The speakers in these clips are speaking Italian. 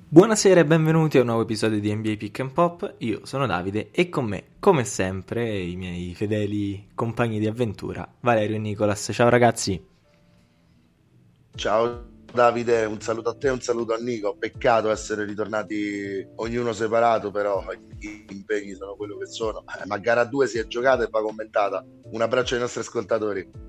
Buonasera e benvenuti a un nuovo episodio di NBA Pick and Pop. Io sono Davide e con me, come sempre, i miei fedeli compagni di avventura, Valerio e Nicolas. Ciao ragazzi. Ciao Davide, un saluto a te e un saluto a Nico. Peccato essere ritornati ognuno separato, però gli impegni sono quello che sono. Ma gara 2 si è giocata e va commentata. Un abbraccio ai nostri ascoltatori.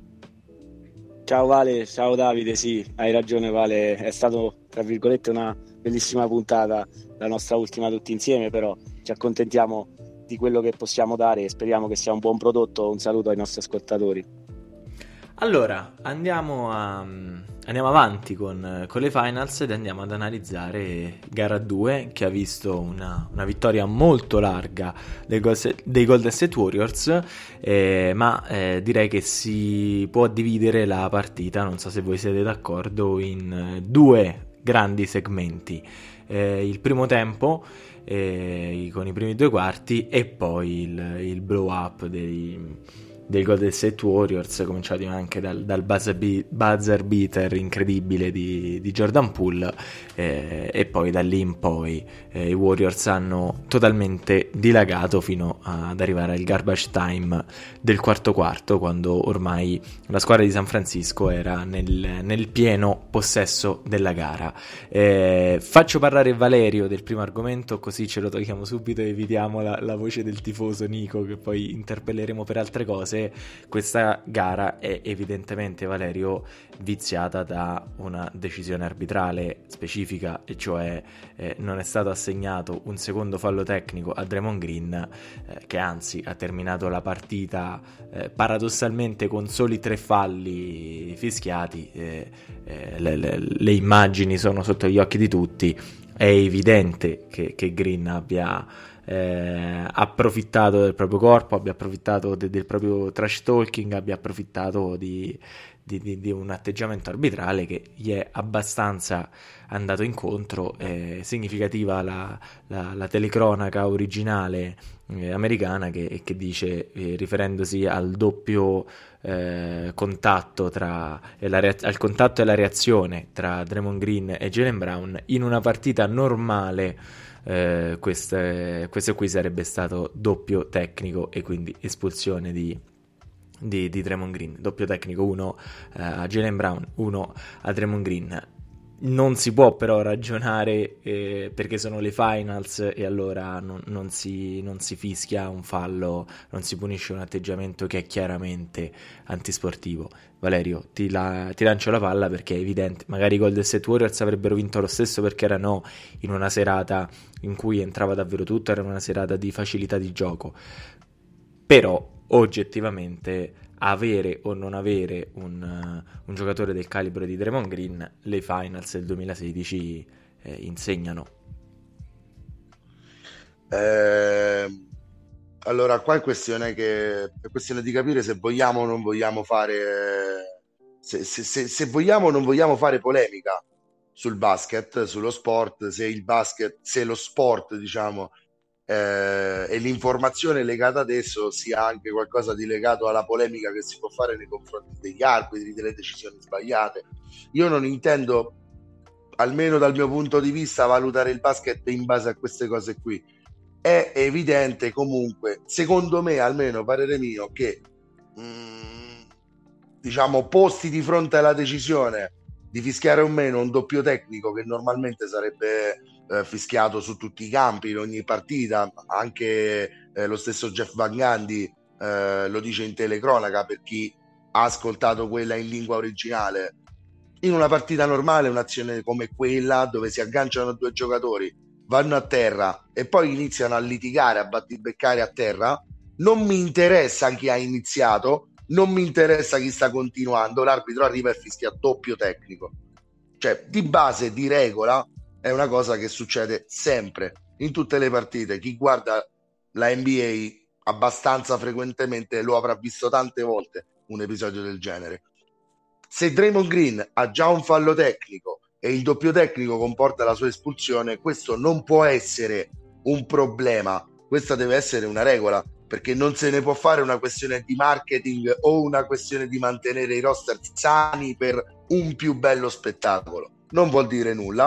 Ciao Vale, ciao Davide, sì, hai ragione Vale, è stato tra virgolette una bellissima puntata, la nostra ultima tutti insieme, però ci accontentiamo di quello che possiamo dare e speriamo che sia un buon prodotto. Un saluto ai nostri ascoltatori. Allora, andiamo avanti con le finals ed andiamo ad analizzare gara 2 che ha visto una vittoria molto larga dei Golden State Warriors, ma direi che si può dividere la partita, non so se voi siete d'accordo, in due grandi segmenti. Il primo tempo con i primi due quarti e poi il blow up dei Golden State Warriors, cominciati anche dal buzzer beater incredibile di Jordan Poole, e poi da lì in poi i Warriors hanno totalmente dilagato fino ad arrivare al garbage time del quarto quarto, quando ormai la squadra di San Francisco era nel pieno possesso della gara. Faccio parlare Valerio del primo argomento, così ce lo togliamo subito e evitiamo la voce del tifoso Nico, che poi interpelleremo per altre cose. Questa gara è evidentemente, Valerio, viziata da una decisione arbitrale specifica, e cioè non è stato assegnato un secondo fallo tecnico a Draymond Green, che anzi ha terminato la partita paradossalmente con soli 3 falli fischiati. Le immagini sono sotto gli occhi di tutti. È evidente che Green abbia approfittato del proprio corpo, abbia approfittato del proprio trash talking, abbia approfittato di un atteggiamento arbitrale che gli è abbastanza andato incontro. È significativa la telecronaca originale americana che dice, riferendosi al doppio contatto al contatto e la reazione tra Draymond Green e Jaylen Brown: in una partita normale questo qui sarebbe stato doppio tecnico e quindi espulsione di Draymond Green. Doppio tecnico, uno a Jaylen Brown, uno a Draymond Green. Non si può però ragionare perché sono le finals e allora non si fischia un fallo, non si punisce un atteggiamento che è chiaramente antisportivo. Valerio, ti lancio la palla, perché è evidente, magari i Golden State Warriors avrebbero vinto lo stesso perché erano in una serata in cui entrava davvero tutto, era una serata di facilità di gioco, però oggettivamente avere o non avere un giocatore del calibro di Draymond Green, le finals del 2016 insegnano. Allora, qua è questione di capire se vogliamo o non vogliamo fare, se vogliamo o non vogliamo fare polemica sul basket, sullo sport, se il basket, se lo sport, diciamo, e l'informazione legata ad esso sia anche qualcosa di legato alla polemica che si può fare nei confronti degli arbitri, delle decisioni sbagliate. Io non intendo, almeno dal mio punto di vista, valutare il basket in base a queste cose qui. È evidente comunque, secondo me, almeno parere mio, che diciamo, posti di fronte alla decisione di fischiare o meno un doppio tecnico che normalmente sarebbe fischiato su tutti i campi in ogni partita, anche lo stesso Jeff Van Gundy lo dice in telecronaca, per chi ha ascoltato quella in lingua originale. In una partita normale, un'azione come quella, dove si agganciano due giocatori, vanno a terra e poi iniziano a litigare, a battibeccare a terra, non mi interessa chi ha iniziato, non mi interessa chi sta continuando, l'arbitro arriva e fischia doppio tecnico. Cioè, di base, di regola, è una cosa che succede sempre, in tutte le partite. Chi guarda la NBA abbastanza frequentemente lo avrà visto tante volte un episodio del genere. Se Draymond Green ha già un fallo tecnico e il doppio tecnico comporta la sua espulsione, questo non può essere un problema, questa deve essere una regola, perché non se ne può fare una questione di marketing o una questione di mantenere i roster sani per un più bello spettacolo. Non vuol dire nulla.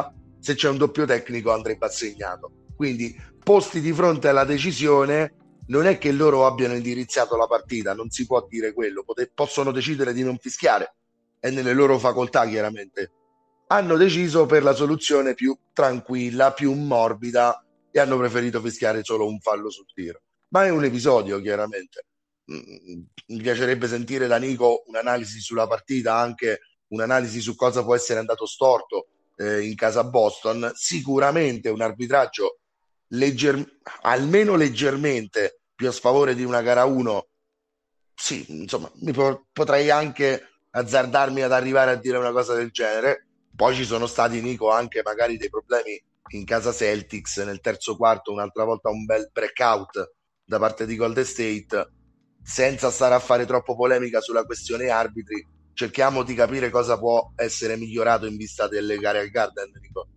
se c'è un doppio tecnico andrebbe assegnato. Quindi posti di fronte alla decisione, non è che loro abbiano indirizzato la partita, non si può dire quello, possono decidere di non fischiare, è nelle loro facoltà chiaramente. Hanno deciso per la soluzione più tranquilla, più morbida, e hanno preferito fischiare solo un fallo sul tiro. Ma è un episodio, chiaramente. Mi piacerebbe sentire da Nico un'analisi sulla partita, anche un'analisi su cosa può essere andato storto in casa Boston. Sicuramente un arbitraggio almeno leggermente più a sfavore di una gara 1. Sì, insomma, potrei anche azzardarmi ad arrivare a dire una cosa del genere. Poi ci sono stati, Nico, anche magari dei problemi in casa Celtics nel terzo quarto, un'altra volta un bel breakout da parte di Golden State. Senza stare a fare troppo polemica sulla questione arbitri, cerchiamo di capire cosa può essere migliorato in vista delle gare al Garden, Nico.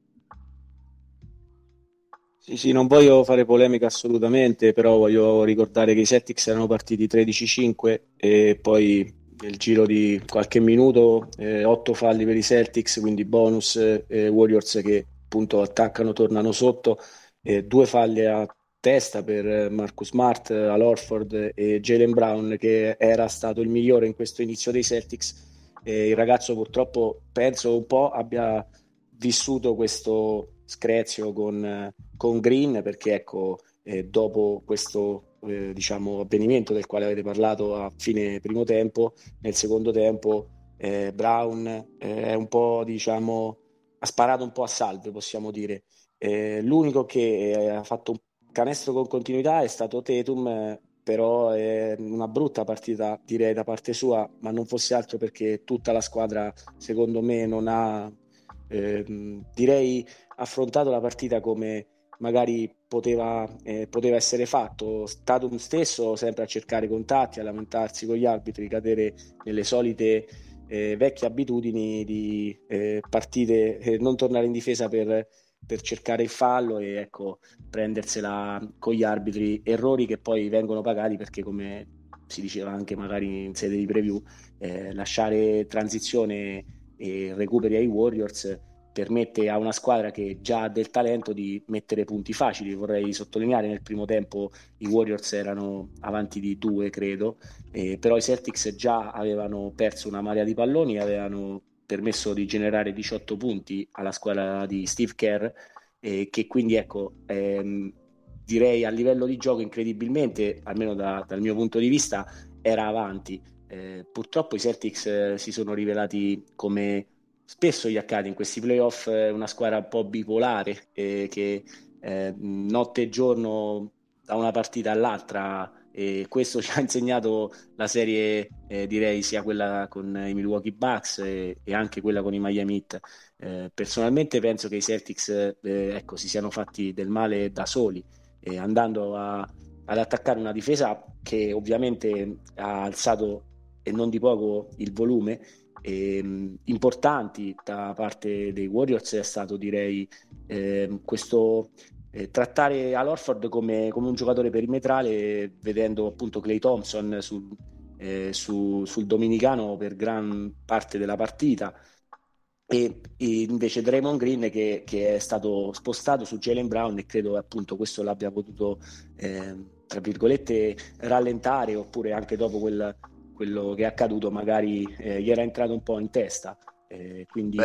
Sì, non voglio fare polemica assolutamente, però voglio ricordare che i Celtics erano partiti 13-5 e poi nel giro di qualche minuto 8 falli per i Celtics, quindi bonus Warriors che appunto attaccano, tornano sotto, 2 falli a testa per Marcus Smart, Al Horford e Jaylen Brown, che era stato il migliore in questo inizio dei Celtics. Il ragazzo purtroppo penso un po' abbia vissuto questo screzio con Green, perché ecco, dopo questo diciamo avvenimento del quale avete parlato a fine primo tempo, nel secondo tempo Brown è un po', diciamo, ha sparato un po' a salve, possiamo dire. L'unico che ha fatto un canestro con continuità è stato Tatum, però è una brutta partita, direi, da parte sua, ma non fosse altro perché tutta la squadra, secondo me, non ha direi affrontato la partita come magari poteva essere fatto. Tatum stesso sempre a cercare contatti, a lamentarsi con gli arbitri, cadere nelle solite vecchie abitudini di partite, non tornare in difesa per cercare il fallo e ecco, prendersela con gli arbitri, errori che poi vengono pagati perché, come si diceva anche magari in sede di preview, lasciare transizione e recuperi ai Warriors permette a una squadra che già ha del talento di mettere punti facili. Vorrei sottolineare, nel primo tempo i Warriors erano avanti di 2, credo, però i Celtics già avevano perso una marea di palloni e avevano permesso di generare 18 punti alla squadra di Steve Kerr, che quindi ecco, direi a livello di gioco incredibilmente, almeno dal mio punto di vista, era avanti. Purtroppo i Celtics si sono rivelati, come spesso gli accade in questi playoff, una squadra un po' bipolare, che notte e giorno da una partita all'altra, e questo ci ha insegnato la serie, direi sia quella con i Milwaukee Bucks e anche quella con i Miami Heat. Personalmente penso che i Celtics ecco, si siano fatti del male da soli, andando ad attaccare una difesa che ovviamente ha alzato, e non di poco, il volume. Importanti da parte dei Warriors è stato, direi, questo trattare Al Horford come un giocatore perimetrale, vedendo appunto Klay Thompson sul dominicano per gran parte della partita, e invece Draymond Green che è stato spostato su Jaylen Brown, e credo appunto questo l'abbia potuto tra virgolette rallentare, oppure anche dopo quello che è accaduto magari gli era entrato un po' in testa, quindi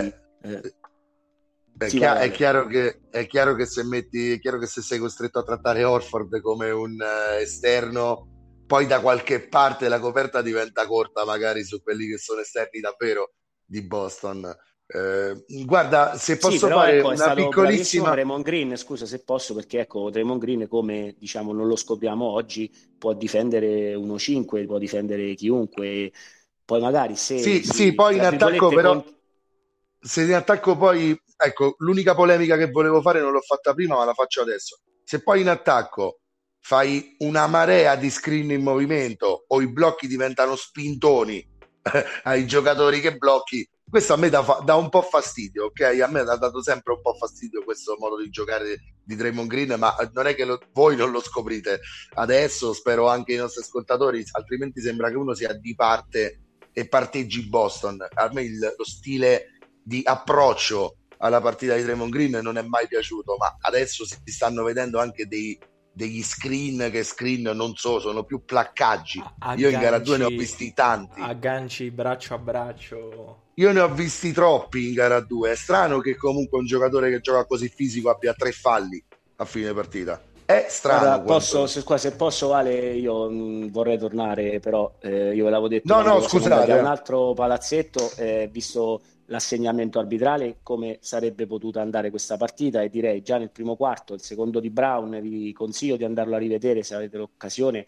è chiaro che se sei costretto a trattare Horford come un esterno, poi da qualche parte la coperta diventa corta magari su quelli che sono esterni davvero di Boston. Guarda, se posso fare ecco, una piccolissima Draymond Green, scusa se posso, perché ecco, Draymond Green, come diciamo non lo scopriamo oggi, può difendere 1-5, può difendere chiunque, poi magari sì, poi in attacco però se in attacco poi, ecco, l'unica polemica che volevo fare non l'ho fatta prima ma la faccio adesso. Se poi in attacco fai una marea di screen in movimento o i blocchi diventano spintoni ai giocatori che blocchi, questo a me dà un po' fastidio, ok? A me ha dato sempre un po' fastidio questo modo di giocare di Draymond Green, ma non è che voi non lo scoprite adesso, spero anche i nostri ascoltatori, altrimenti sembra che uno sia di parte e parteggi Boston. A me lo stile di approccio alla partita di Draymond Green non è mai piaciuto, ma adesso si stanno vedendo anche degli screen non so, sono più placcaggi. Io in gara 2 ne ho visti tanti. Agganci braccio a braccio. Io ne ho visti troppi in gara 2. È strano che comunque un giocatore che gioca così fisico abbia 3 falli a fine partita. È strano. Guarda, se posso, Vale, io vorrei tornare, però io ve l'avevo detto. No, scusate. Da un altro palazzetto, visto l'assegnamento arbitrale, come sarebbe potuta andare questa partita, e direi già nel primo quarto, il secondo di Brown, vi consiglio di andarlo a rivedere se avete l'occasione.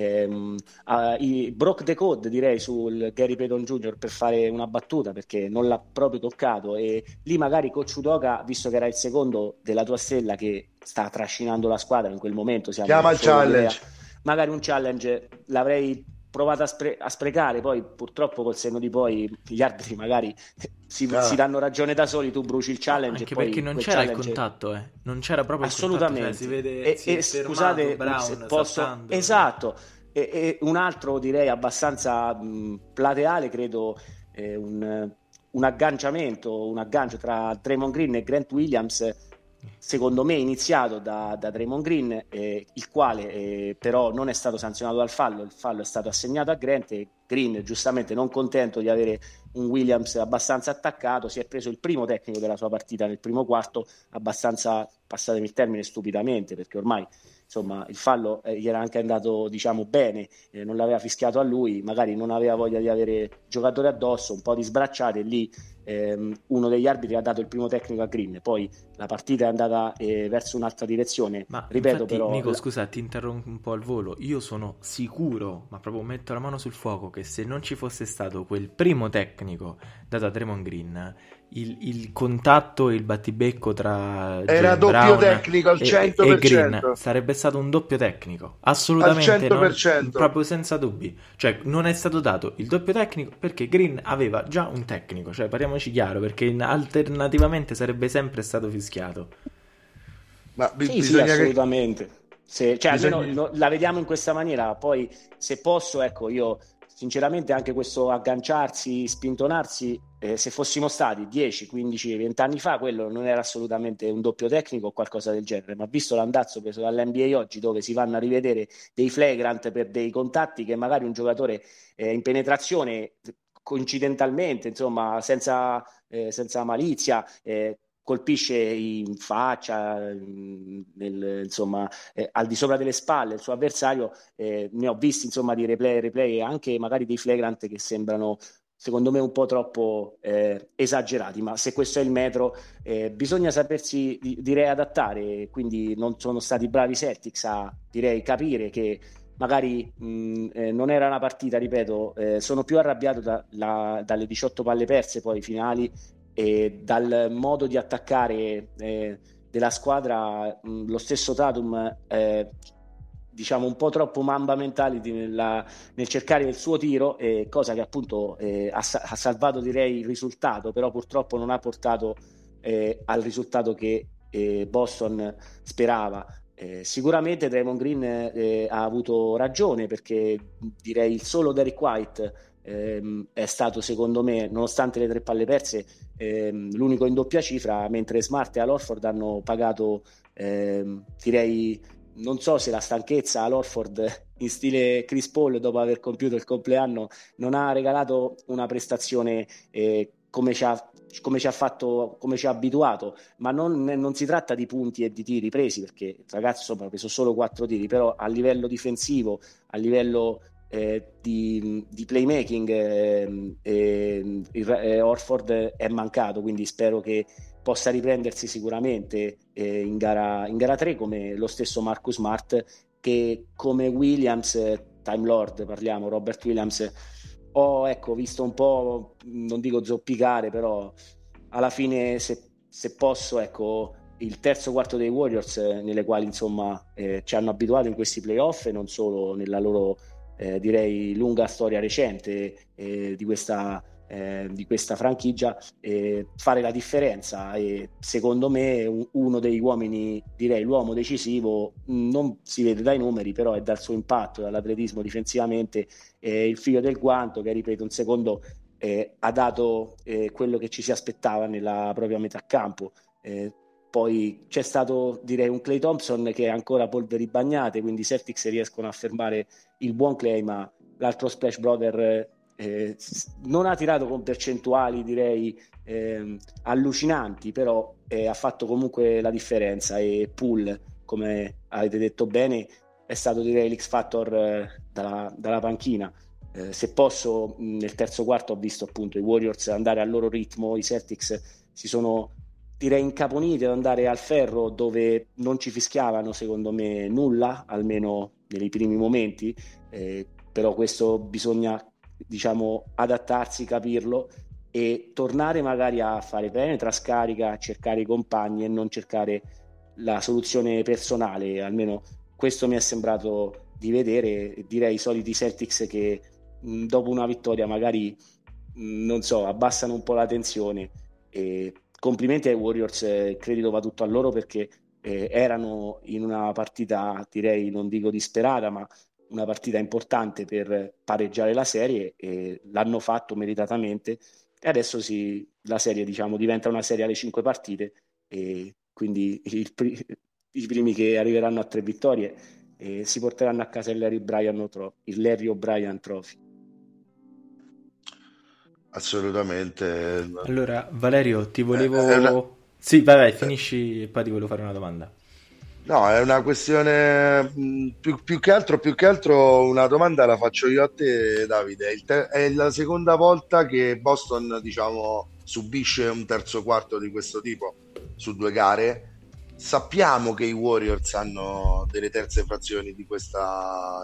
Broke the code, direi, sul Gary Payton Jr. per fare una battuta, perché non l'ha proprio toccato, e lì magari Coach Udoka, visto che era il secondo della tua stella che sta trascinando la squadra in quel momento, chiama il challenge, magari un challenge l'avrei provato a sprecare. Poi purtroppo col senno di poi gli arbitri magari si danno ragione da soli, tu bruci il challenge, anche e poi perché non c'era il contatto, non c'era proprio assolutamente il contatto, cioè, si vede, scusate Brown, se posso, saltando. esatto, e un altro direi abbastanza plateale, credo, un aggancio tra Draymond Green e Grant Williams, secondo me iniziato da Draymond Green, il quale però non è stato sanzionato dal fallo. Il fallo è stato assegnato a Grant, e Green, giustamente non contento di avere un Williams abbastanza attaccato, si è preso il primo tecnico della sua partita nel primo quarto, abbastanza, passatemi il termine, stupidamente, perché ormai insomma il fallo gli era anche andato, diciamo, bene, non l'aveva fischiato a lui, magari non aveva voglia di avere giocatori addosso, un po' di sbracciate, e lì uno degli arbitri ha dato il primo tecnico a Green. Poi la partita è andata verso un'altra direzione, ma ripeto. Infatti, però Nico, scusa, ti interrompo un po' al volo. Io sono sicuro, ma proprio metto la mano sul fuoco, che se non ci fosse stato quel primo tecnico dato a Draymond Green, il contatto e il battibecco tra era doppio Brown tecnico al 100%. e Green sarebbe stato un doppio tecnico, assolutamente, al 100%. proprio senza dubbi. Cioè non è stato dato il doppio tecnico perché Green aveva già un tecnico, cioè parliamoci chiaro, perché alternativamente sarebbe sempre stato fischiato. Ma sì, assolutamente. Almeno la vediamo in questa maniera. Poi, se posso, ecco, io sinceramente anche questo agganciarsi, spintonarsi, se fossimo stati 10, 15, 20 anni fa, quello non era assolutamente un doppio tecnico o qualcosa del genere, ma visto l'andazzo preso dall'NBA oggi, dove si vanno a rivedere dei flagrant per dei contatti che magari un giocatore in penetrazione, coincidentalmente, insomma, senza malizia, colpisce in faccia, insomma, al di sopra delle spalle il suo avversario. Ne ho visti, insomma, di replay, anche magari dei flagrant che sembrano, secondo me, un po' troppo esagerati, ma se questo è il metro, bisogna sapersi, direi, adattare. Quindi non sono stati bravi i Celtics a, direi, capire che magari non era una partita, ripeto, sono più arrabbiato dalle 18 palle perse poi finali, e dal modo di attaccare della squadra. Lo stesso Tatum, diciamo, un po' troppo Mamba mentality nel cercare il suo tiro, cosa che appunto ha salvato, direi, il risultato, però purtroppo non ha portato al risultato che Boston sperava. Sicuramente Draymond Green ha avuto ragione, perché direi il solo Derrick White è stato, secondo me, nonostante le 3 palle perse, l'unico in doppia cifra, mentre Smart e Al Horford hanno pagato, direi, non so se la stanchezza. Al Horford, in stile Chris Paul, dopo aver compiuto il compleanno, non ha regalato una prestazione come ci ha abituato, ma non si tratta di punti e di tiri presi, perché il ragazzo ha preso solo 4 tiri, però a livello difensivo, a livello di playmaking, Horford è mancato, quindi spero che possa riprendersi sicuramente in gara 3, come lo stesso Marcus Smart, che come Williams, Time Lord parliamo, Robert Williams, ho visto un po', non dico zoppicare, però alla fine, se posso, il terzo quarto dei Warriors, nelle quali insomma ci hanno abituato in questi playoff, e non solo nella loro direi lunga storia recente di questa franchigia, fare la differenza. E secondo me uno degli uomini, direi l'uomo decisivo, non si vede dai numeri, però è dal suo impatto, dall'atletismo difensivamente, il figlio del guanto, che ripeto, un secondo ha dato quello che ci si aspettava nella propria metà campo. Poi c'è stato, direi, un Klay Thompson che è ancora polveri bagnate, quindi i Celtics riescono a fermare il buon Klay, ma l'altro Splash Brother non ha tirato con percentuali, direi, allucinanti, però ha fatto comunque la differenza, e Poole, come avete detto bene, è stato, direi, l'X Factor dalla panchina. Se posso, nel terzo quarto ho visto appunto i Warriors andare al loro ritmo, i Celtics si sono, direi, incaponiti ad andare al ferro dove non ci fischiavano, secondo me, nulla, almeno nei primi momenti, però questo bisogna, diciamo, adattarsi, capirlo e tornare magari a fare penetra, scarica, cercare i compagni e non cercare la soluzione personale. Almeno questo mi è sembrato di vedere, direi, i soliti Celtics che dopo una vittoria magari non so, abbassano un po' la tensione. E complimenti ai Warriors, il credito va tutto a loro, perché erano in una partita, direi, non dico disperata, ma una partita importante per pareggiare la serie, e l'hanno fatto meritatamente, e adesso la serie, diciamo, diventa una serie alle 5 partite, e quindi i primi che arriveranno a 3 vittorie si porteranno a casa il Larry O'Brien Trophy. Assolutamente. Allora, Valerio, ti volevo... Sì, vai, finisci e poi ti volevo fare una domanda. No, è una questione più che altro una domanda la faccio io a te, Davide. È la seconda volta che Boston, diciamo, subisce un terzo quarto di questo tipo su 2 gare. Sappiamo che i Warriors hanno delle terze frazioni di questa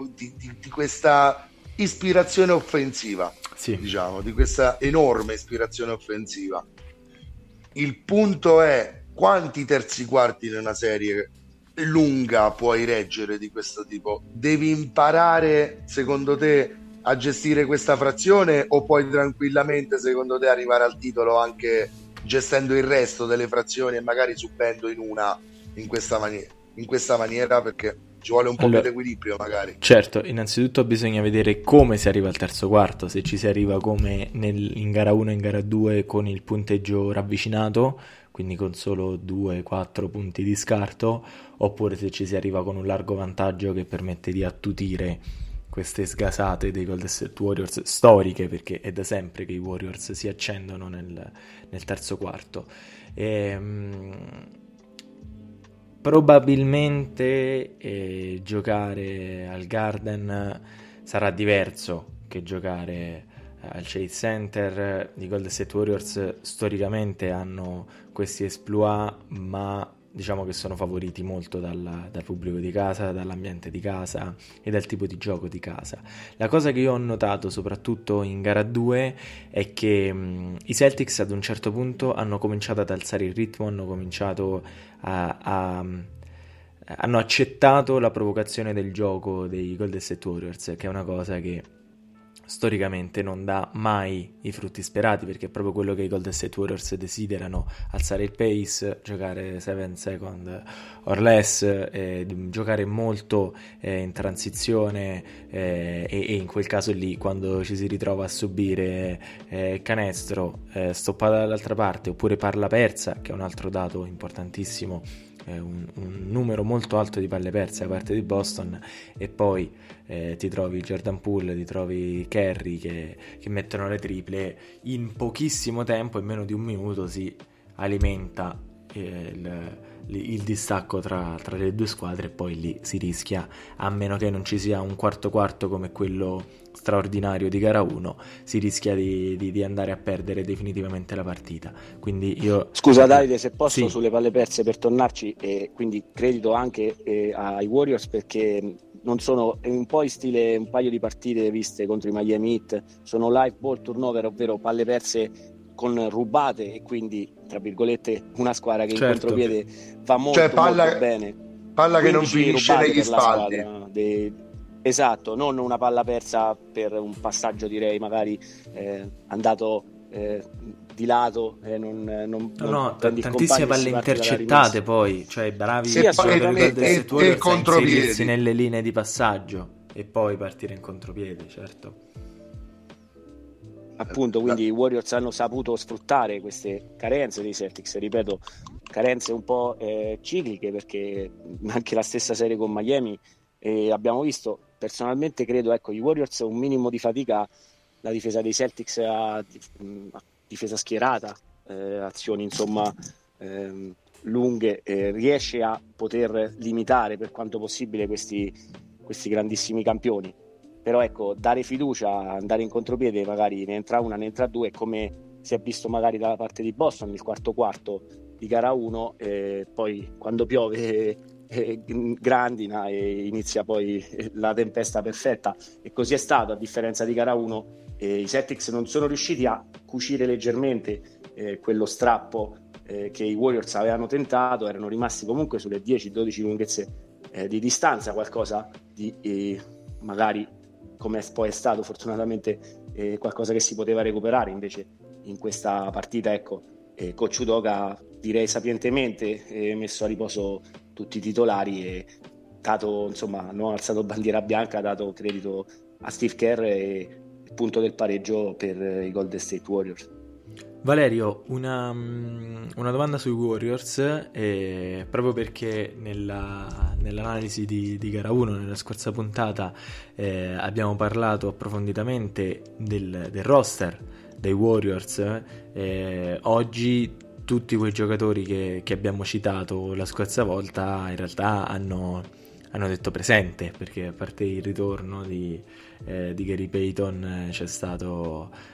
ispirazione offensiva, sì, diciamo, di questa enorme ispirazione offensiva. Il punto è: quanti terzi quarti in una serie lunga puoi reggere di questo tipo? Devi imparare, secondo te, a gestire questa frazione, o puoi tranquillamente, secondo te, arrivare al titolo anche gestendo il resto delle frazioni e magari subendo in questa maniera, perché ci vuole un po' più di equilibrio magari. Certo, innanzitutto bisogna vedere come si arriva al terzo quarto, se ci si arriva come in gara 1 e in gara 2 con il punteggio ravvicinato, quindi con solo 2-4 punti di scarto, oppure se ci si arriva con un largo vantaggio che permette di attutire queste sgasate dei Golden State Warriors storiche, perché è da sempre che i Warriors si accendono nel terzo quarto. Probabilmente giocare al Garden sarà diverso che giocare al Chase Center. I Golden State Warriors storicamente hanno questi exploit, ma diciamo che sono favoriti molto dal pubblico di casa, dall'ambiente di casa e dal tipo di gioco di casa. La cosa che io ho notato soprattutto in gara 2 è che i Celtics ad un certo punto hanno cominciato ad alzare il ritmo, hanno cominciato hanno accettato la provocazione del gioco dei Golden State Warriors, che è una cosa che storicamente non dà mai i frutti sperati, perché è proprio quello che i Golden State Warriors desiderano: alzare il pace, giocare 7 second or less, giocare molto in transizione, e in quel caso lì, quando ci si ritrova a subire canestro, stoppata dall'altra parte, oppure palla persa, che è un altro dato importantissimo, un numero molto alto di palle perse da parte di Boston, e poi ti trovi Jordan Poole, ti trovi Curry che mettono le triple in pochissimo tempo, in meno di un minuto si alimenta il distacco tra le due squadre, e poi lì si rischia, a meno che non ci sia un quarto come quello straordinario di gara 1, si rischia di andare a perdere definitivamente la partita. Quindi io... Scusa Davide, se posso, sì, sulle palle perse, per tornarci, e quindi credito anche ai Warriors, perché non sono un po' in stile un paio di partite viste contro i Miami Heat, sono live ball turnover, ovvero palle perse con rubate, e quindi, tra virgolette, una squadra che in contropiede va molto, molto bene. Palla che non finisce negli spalti. Esatto, non una palla persa per un passaggio, direi, magari andato di lato, tantissime palle intercettate, poi, cioè bravi e contropiedi nelle linee di passaggio e poi partire in contropiede, certo. appunto, quindi i Warriors hanno saputo sfruttare queste carenze dei Celtics, ripeto, carenze un po' cicliche, perché anche la stessa serie con Miami abbiamo visto, personalmente credo, ecco, i Warriors un minimo di fatica, la difesa dei Celtics a difesa schierata, azioni insomma lunghe, riesce a poter limitare per quanto possibile questi grandissimi campioni. Però ecco, dare fiducia, andare in contropiede, magari ne entra una, ne entra due, come si è visto magari dalla parte di Boston nel quarto di gara 1, poi quando piove grandina e inizia poi la tempesta perfetta, e così è stato. A differenza di gara 1, i Celtics non sono riusciti a cucire leggermente quello strappo che i Warriors avevano tentato, erano rimasti comunque sulle 10-12 lunghezze di distanza, qualcosa di magari, come poi è stato fortunatamente, qualcosa che si poteva recuperare. Invece in questa partita, ecco, Coach Udoka, direi sapientemente, messo a riposo tutti i titolari e dato, insomma, non ha alzato bandiera bianca, ha dato credito a Steve Kerr e il punto del pareggio per i Golden State Warriors. Valerio, una domanda sui Warriors, proprio perché nell'analisi di gara 1, nella scorsa puntata, abbiamo parlato approfonditamente del roster dei Warriors. Oggi tutti quei giocatori che abbiamo citato la scorsa volta in realtà hanno detto presente, perché a parte il ritorno di Gary Payton c'è stato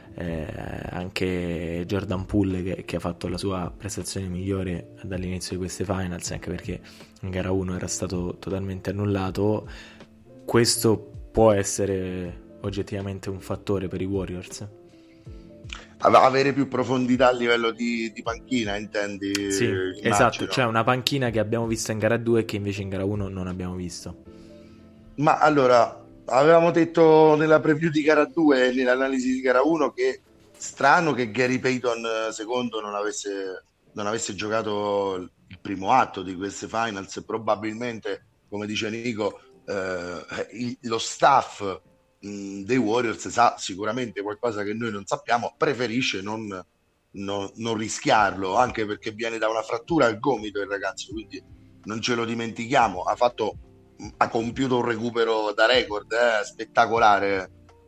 anche Jordan Poole che ha fatto la sua prestazione migliore dall'inizio di queste finals, anche perché in gara 1 era stato totalmente annullato. Questo può essere oggettivamente un fattore per i Warriors? Avere più profondità a livello di panchina, intendi? Sì, Immagino. esatto, cioè una panchina che abbiamo visto in gara 2 e che invece in gara 1 non abbiamo visto. Ma allora, avevamo detto nella preview di gara 2 e nell'analisi di gara 1 che strano che Gary Payton secondo non avesse giocato il primo atto di queste finals. Probabilmente, come dice Nico, lo staff dei Warriors sa sicuramente qualcosa che noi non sappiamo, preferisce non rischiarlo, anche perché viene da una frattura al gomito il ragazzo, quindi non ce lo dimentichiamo. Ha compiuto un recupero da record, spettacolare.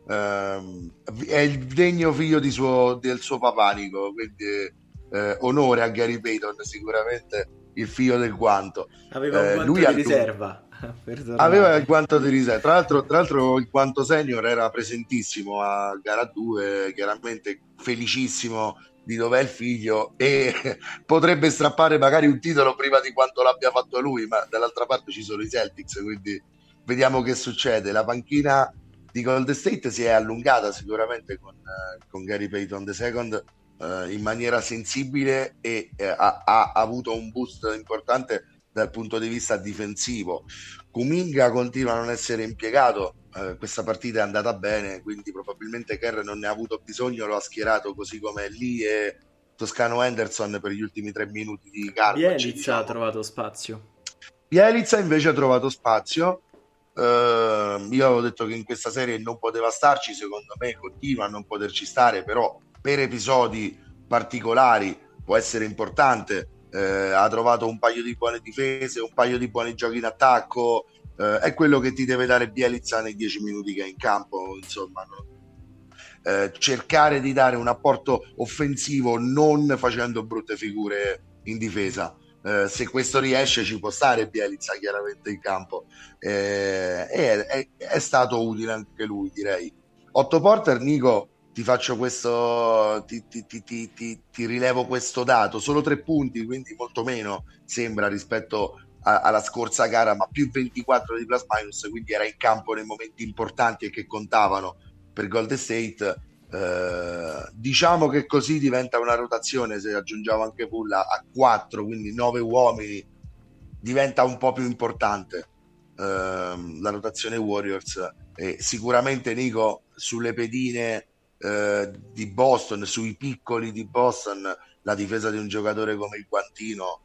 È il degno figlio del suo papà, Nico, quindi onore a Gary Payton, sicuramente il figlio del guanto. Aveva un guanto Lui di riserva. aveva il guanto di riserva, tra l'altro il guanto senior era presentissimo a gara 2, chiaramente felicissimo di dov'è il figlio e potrebbe strappare magari un titolo prima di quanto l'abbia fatto lui, ma dall'altra parte ci sono i Celtics, quindi vediamo che succede. La panchina di Golden State si è allungata sicuramente con Gary Payton II in maniera sensibile e ha avuto un boost importante dal punto di vista difensivo. Kuminga continua a non essere impiegato, questa partita è andata bene, quindi probabilmente Kerr non ne ha avuto bisogno, lo ha schierato così come lì e Toscano Henderson per gli ultimi 3 minuti di calma. Bielitsa diciamo. ha trovato spazio. Bielitsa invece ha trovato spazio. Io avevo detto che in questa serie non poteva starci, secondo me continua a non poterci stare, però per episodi particolari può essere importante. Ha trovato un paio di buone difese, un paio di buoni giochi in attacco, è quello che ti deve dare Bielitsa nei 10 minuti che è in campo, insomma, no? Cercare di dare un apporto offensivo non facendo brutte figure in difesa. Se questo riesce ci può stare Bielitsa chiaramente in campo, è stato utile anche lui, direi. Otto Porter, Nico, ti faccio questo, ti rilevo questo dato, solo 3 punti, quindi molto meno sembra rispetto alla scorsa gara, ma più 24 di plus minus, quindi era in campo nei momenti importanti e che contavano per Golden State. Diciamo che così diventa una rotazione, se aggiungiamo anche Pulla a 4, quindi 9 uomini, diventa un po' più importante la rotazione Warriors. Sicuramente, Nico, sulle pedine di Boston, sui piccoli di Boston, la difesa di un giocatore come il Guantino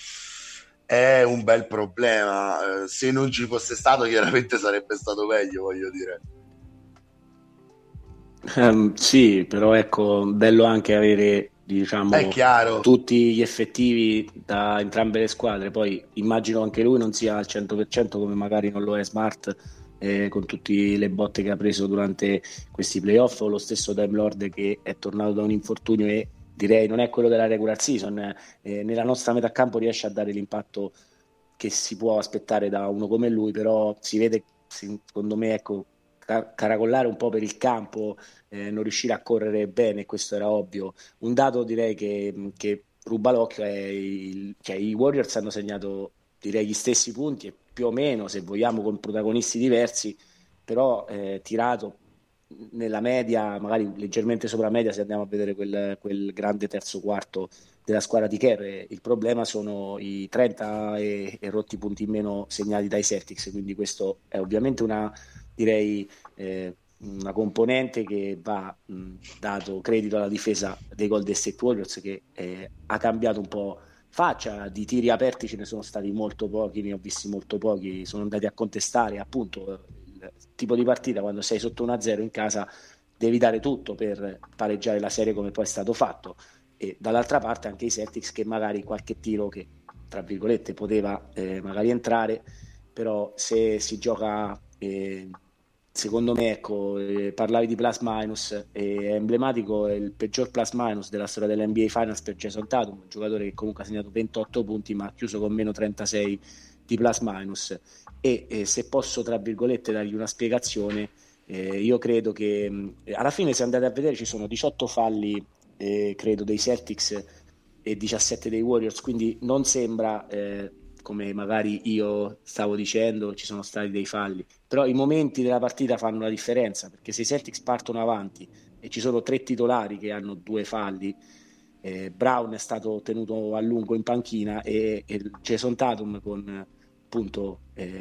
è un bel problema. Se non ci fosse stato chiaramente sarebbe stato meglio, voglio dire. Sì, però ecco, bello anche avere, È diciamo, chiaro. tutti gli effettivi da entrambe le squadre. Poi immagino anche lui non sia al 100% come magari non lo è Smart, con tutte le botte che ha preso durante questi playoff, o lo stesso Time Lord che è tornato da un infortunio e direi non è quello della regular season. Nella nostra metà campo riesce a dare l'impatto che si può aspettare da uno come lui, però si vede, secondo me, ecco, caracollare un po' per il campo, non riuscire a correre bene, questo era ovvio. Un dato direi che ruba l'occhio è cioè, i Warriors hanno segnato direi gli stessi punti e più o meno, se vogliamo, con protagonisti diversi, però tirato nella media, magari leggermente sopra media, se andiamo a vedere quel grande terzo quarto della squadra di Kerr. Il problema sono i 30 e rotti punti in meno segnati dai Celtics, quindi questo è ovviamente direi, una componente che va dato credito alla difesa dei Golden State Warriors, che ha cambiato un po' faccia. Di tiri aperti ce ne sono stati molto pochi, ne ho visti molto pochi, sono andati a contestare appunto il tipo di partita. Quando sei sotto 1-0 in casa devi dare tutto per pareggiare la serie, come poi è stato fatto. E dall'altra parte anche i Celtics, che magari qualche tiro che tra virgolette poteva magari entrare, però se si gioca, secondo me, ecco, parlavi di plus minus, è emblematico, è il peggior plus minus della storia dell'NBA Finals per Jason Tatum, un giocatore che comunque ha segnato 28 punti ma ha chiuso con meno 36 di plus minus. E se posso tra virgolette dargli una spiegazione, io credo che alla fine, se andate a vedere, ci sono 18 falli credo dei Celtics e 17 dei Warriors, quindi non sembra, come magari io stavo dicendo, ci sono stati dei falli, però i momenti della partita fanno la differenza, perché se i Celtics partono avanti e ci sono tre titolari che hanno due falli, Brown è stato tenuto a lungo in panchina e Jason Tatum con appunto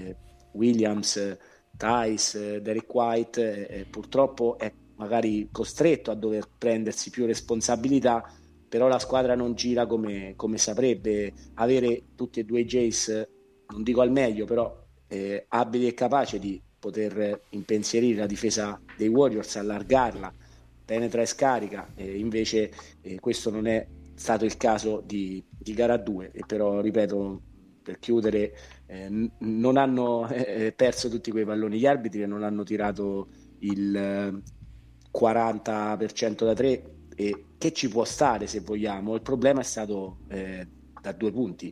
Williams, Tice, Derek White, purtroppo è magari costretto a dover prendersi più responsabilità, però la squadra non gira come saprebbe. Avere tutti e due i Jays, non dico al meglio, però abili e capace di poter impensierire la difesa dei Warriors, allargarla, penetra e scarica, invece questo non è stato il caso di gara 2, e però ripeto, per chiudere, non hanno perso tutti quei palloni gli arbitri e non hanno tirato il 40% da 3, e che ci può stare se vogliamo. Il problema è stato da 2 punti.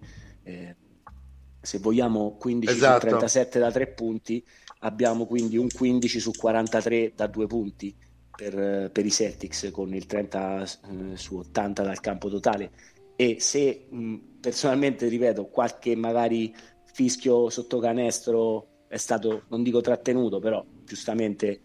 Se vogliamo 15 su Esatto. 37 da 3 punti, abbiamo quindi un 15 su 43 da 2 punti per i Celtics, con il 30 su 80 dal campo totale. E se personalmente, ripeto, qualche magari fischio sotto canestro è stato, non dico trattenuto, però giustamente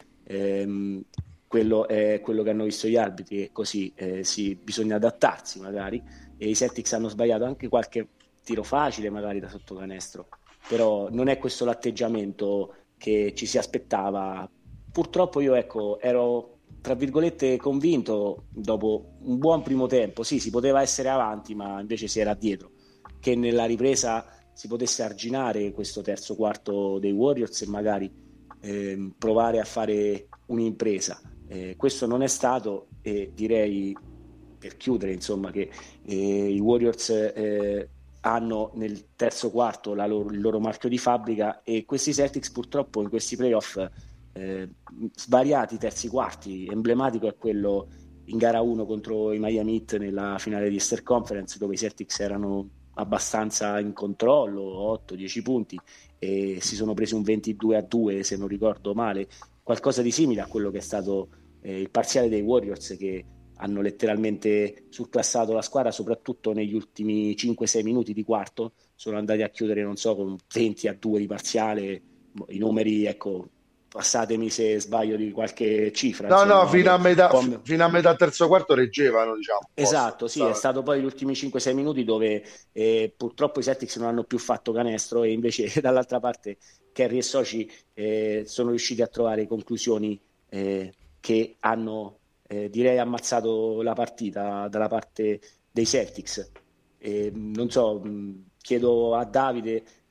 quello è quello che hanno visto gli arbitri, e così bisogna adattarsi magari. E i Celtics hanno sbagliato anche qualche tiro facile magari da sotto canestro, però non è questo l'atteggiamento che ci si aspettava. Purtroppo io, ecco, ero tra virgolette convinto dopo un buon primo tempo, sì, si poteva essere avanti ma invece si era dietro, che nella ripresa si potesse arginare questo terzo quarto dei Warriors e magari provare a fare un'impresa. Questo non è stato, e direi, per chiudere, insomma, che i Warriors hanno nel terzo quarto il loro marchio di fabbrica, e questi Celtics purtroppo in questi playoff svariati terzi quarti. Emblematico è quello in gara 1 contro i Miami Heat nella finale di Eastern Conference, dove i Celtics erano abbastanza in controllo, 8-10 punti, e si sono presi un 22-2 se non ricordo male, qualcosa di simile a quello che è stato il parziale dei Warriors, che hanno letteralmente surclassato la squadra, soprattutto negli ultimi 5-6 minuti di quarto. Sono andati a chiudere, non so, con 20-2 di parziale. I numeri, ecco, passatemi se sbaglio di qualche cifra, No, no, insomma, vabbè, fino a metà terzo quarto reggevano, diciamo, un po'. esatto, sì, è stato poi gli ultimi 5-6 minuti dove purtroppo i Celtics non hanno più fatto canestro, e invece dall'altra parte Kerry e Soci sono riusciti a trovare conclusioni che hanno, direi, ammazzato la partita dalla parte dei Celtics. Non so, chiedo a Davide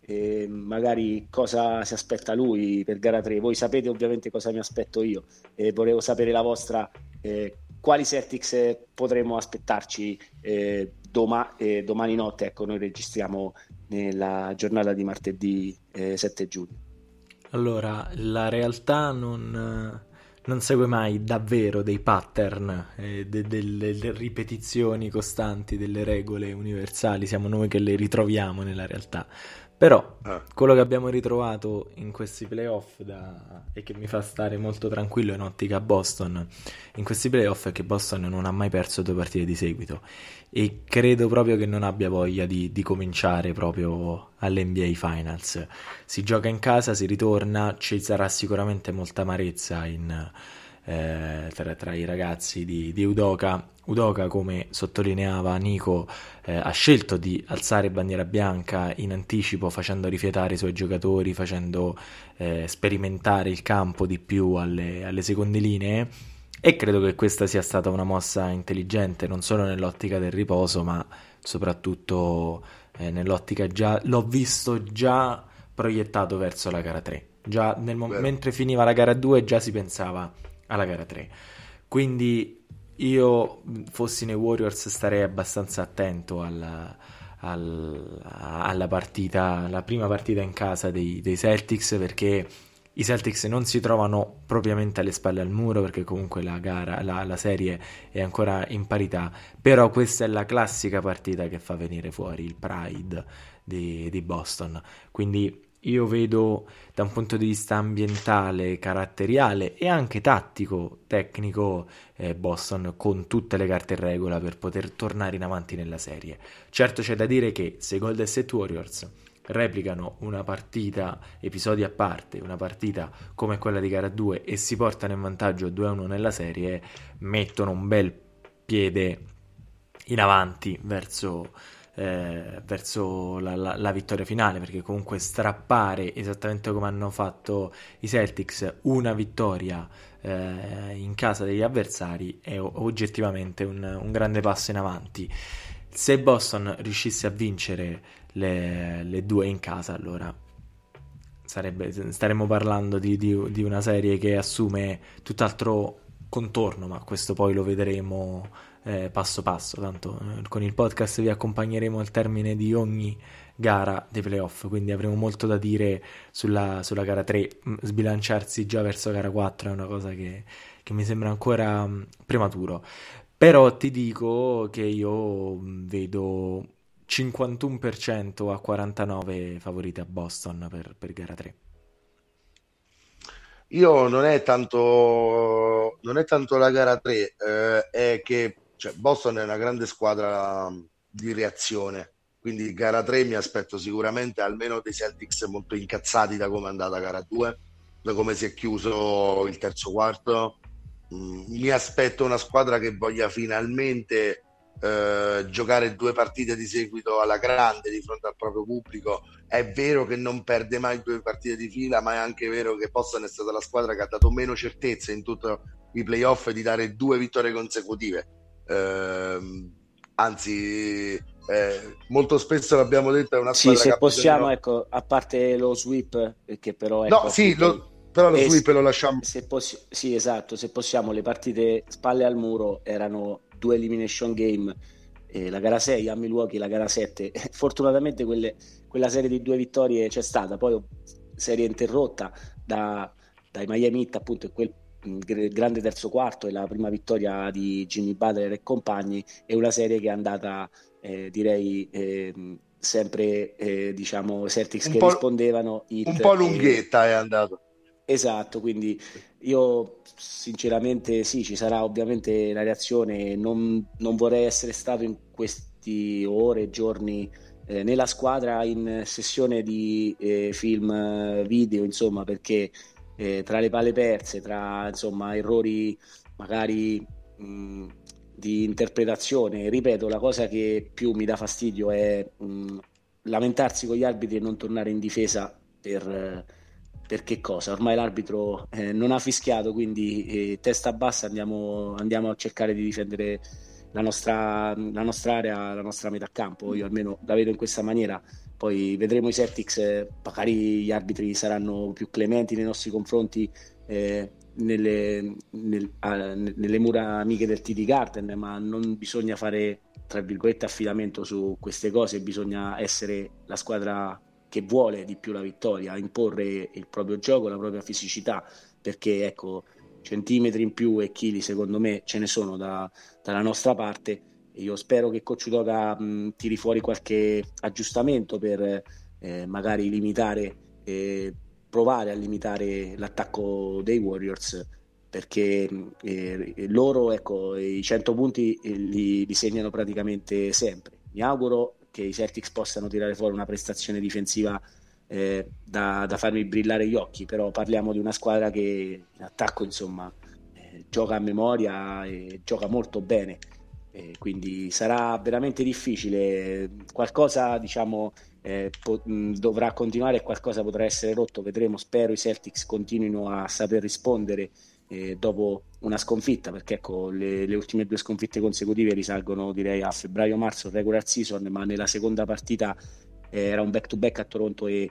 magari cosa si aspetta lui per gara 3. Voi sapete ovviamente cosa mi aspetto io, volevo sapere la vostra, quali Celtics potremo aspettarci domani notte. Ecco, noi registriamo nella giornata di martedì 7 giugno. Allora, la realtà non segue mai davvero dei pattern, delle ripetizioni costanti delle regole universali, siamo noi che le ritroviamo nella realtà. Però quello che abbiamo ritrovato in questi playoff e che mi fa stare molto tranquillo in ottica Boston in questi playoff è che Boston non ha mai perso 2 partite di seguito e credo proprio che non abbia voglia di cominciare proprio all'NBA Finals. Si gioca in casa, si ritorna, ci sarà sicuramente molta amarezza tra i ragazzi di Udoka. Udoka, come sottolineava Nico, ha scelto di alzare bandiera bianca in anticipo, facendo rifiatare i suoi giocatori, facendo sperimentare il campo di più alle seconde linee, e credo che questa sia stata una mossa intelligente, non solo nell'ottica del riposo, ma soprattutto nell'ottica l'ho visto già proiettato verso la gara 3. Già mentre finiva la gara 2 già si pensava alla gara 3. Quindi io, fossi nei Warriors, starei abbastanza attento alla partita, la prima partita in casa dei Celtics, perché i Celtics non si trovano propriamente alle spalle al muro, perché comunque la serie è ancora in parità, però questa è la classica partita che fa venire fuori il pride di Boston. Quindi io vedo, da un punto di vista ambientale, caratteriale e anche tattico, tecnico, Boston con tutte le carte in regola per poter tornare in avanti nella serie. Certo, c'è da dire che se i Golden State Warriors replicano una partita, episodi a parte, una partita come quella di gara 2 e si portano in vantaggio 2-1 nella serie, mettono un bel piede in avanti verso la vittoria finale, perché comunque strappare, esattamente come hanno fatto i Celtics, una vittoria in casa degli avversari è oggettivamente un grande passo in avanti. Se Boston riuscisse a vincere le 2 in casa, allora staremmo parlando di una serie che assume tutt'altro contorno, ma questo poi lo vedremo passo passo, tanto con il podcast vi accompagneremo al termine di ogni gara dei playoff, quindi avremo molto da dire sulla gara 3. Sbilanciarsi già verso gara 4 è una cosa che mi sembra ancora prematuro, però ti dico che io vedo 51% a 49 favoriti a Boston per gara 3. Io non è tanto la gara 3, è che Boston è una grande squadra di reazione, quindi gara 3 mi aspetto sicuramente almeno dei Celtics molto incazzati da come è andata gara 2, da come si è chiuso il terzo quarto. Mi aspetto una squadra che voglia finalmente giocare 2 partite di seguito alla grande di fronte al proprio pubblico. È vero che non perde mai 2 partite di fila, ma è anche vero che Boston è stata la squadra che ha dato meno certezze in tutti i playoff di dare 2 vittorie consecutive. Anzi, molto spesso l'abbiamo detto, è una squadra se che possiamo, ecco, a parte lo sweep, che però ecco, no, sì, però lo sweep lo lasciamo. Sì, esatto, se possiamo, le partite spalle al muro erano 2 elimination game, la gara 6 a Milwaukee, la gara 7 fortunatamente quella serie di 2 vittorie c'è stata, poi serie interrotta dai Miami Heat, appunto, e quel grande terzo quarto e la prima vittoria di Jimmy Butler e compagni, è una serie che è andata direi sempre diciamo Celtics che rispondevano, un po' lunghetta è andato. Esatto, quindi io sinceramente sì, ci sarà ovviamente la reazione. Non vorrei essere stato in questi ore, giorni nella squadra in sessione di film video, insomma, perché tra le palle perse, tra insomma errori magari di interpretazione, ripeto, la cosa che più mi dà fastidio è lamentarsi con gli arbitri e non tornare in difesa per che cosa? Ormai l'arbitro non ha fischiato, quindi testa bassa andiamo a cercare di difendere la nostra area, la nostra metà campo. Io almeno la vedo in questa maniera. Poi vedremo i Celtics, magari gli arbitri saranno più clementi nei nostri confronti nelle mura amiche del TD Garden, ma non bisogna fare, tra virgolette, affidamento su queste cose. Bisogna essere la squadra che vuole di più la vittoria, imporre il proprio gioco, la propria fisicità, perché ecco, centimetri in più e chili secondo me ce ne sono dalla nostra parte. Io spero che Coach Udoka tiri fuori qualche aggiustamento per magari limitare, provare a limitare l'attacco dei Warriors, perché loro, ecco, i 100 punti li segnano praticamente sempre. Mi auguro che i Celtics possano tirare fuori una prestazione difensiva da farmi brillare gli occhi, però parliamo di una squadra che in attacco, insomma, gioca a memoria e gioca molto bene. Quindi sarà veramente difficile. Qualcosa, diciamo, dovrà continuare e qualcosa potrà essere rotto, vedremo. Spero i Celtics continuino a saper rispondere dopo una sconfitta, perché ecco, le ultime 2 sconfitte consecutive risalgono, direi, a febbraio-marzo regular season, ma nella seconda partita era un back to back a Toronto e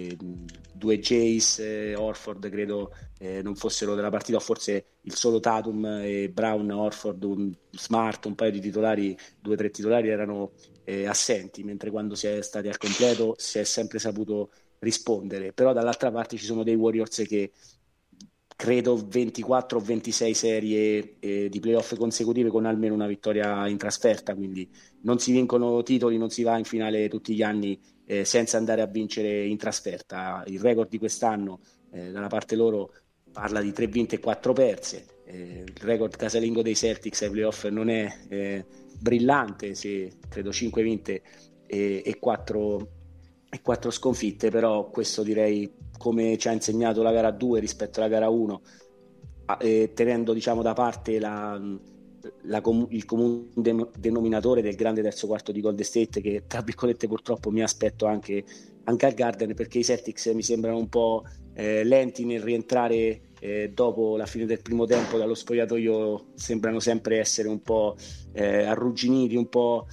2 Jays, Horford credo non fossero della partita, o forse il solo Tatum e Brown, Horford, un Smart, un paio di titolari, 2 o 3 titolari erano assenti, mentre quando si è stati al completo si è sempre saputo rispondere. Però dall'altra parte ci sono dei Warriors che credo 24 o 26 serie di playoff consecutive con almeno una vittoria in trasferta, quindi non si vincono titoli, non si va in finale tutti gli anni senza andare a vincere in trasferta. Il record di quest'anno dalla parte loro parla di 3 vinte e 4 perse. Il record casalingo dei Celtics ai playoff non è brillante, se credo 5 vinte e 4 sconfitte, però questo, direi, come ci ha insegnato la gara 2 rispetto alla gara 1, tenendo, diciamo, da parte il comune denominatore del grande terzo quarto di Golden State, che tra virgolette purtroppo mi aspetto anche al Garden, perché i Celtics mi sembrano un po' lenti nel rientrare dopo la fine del primo tempo dallo spogliatoio. Sembrano sempre essere un po' arrugginiti, un po'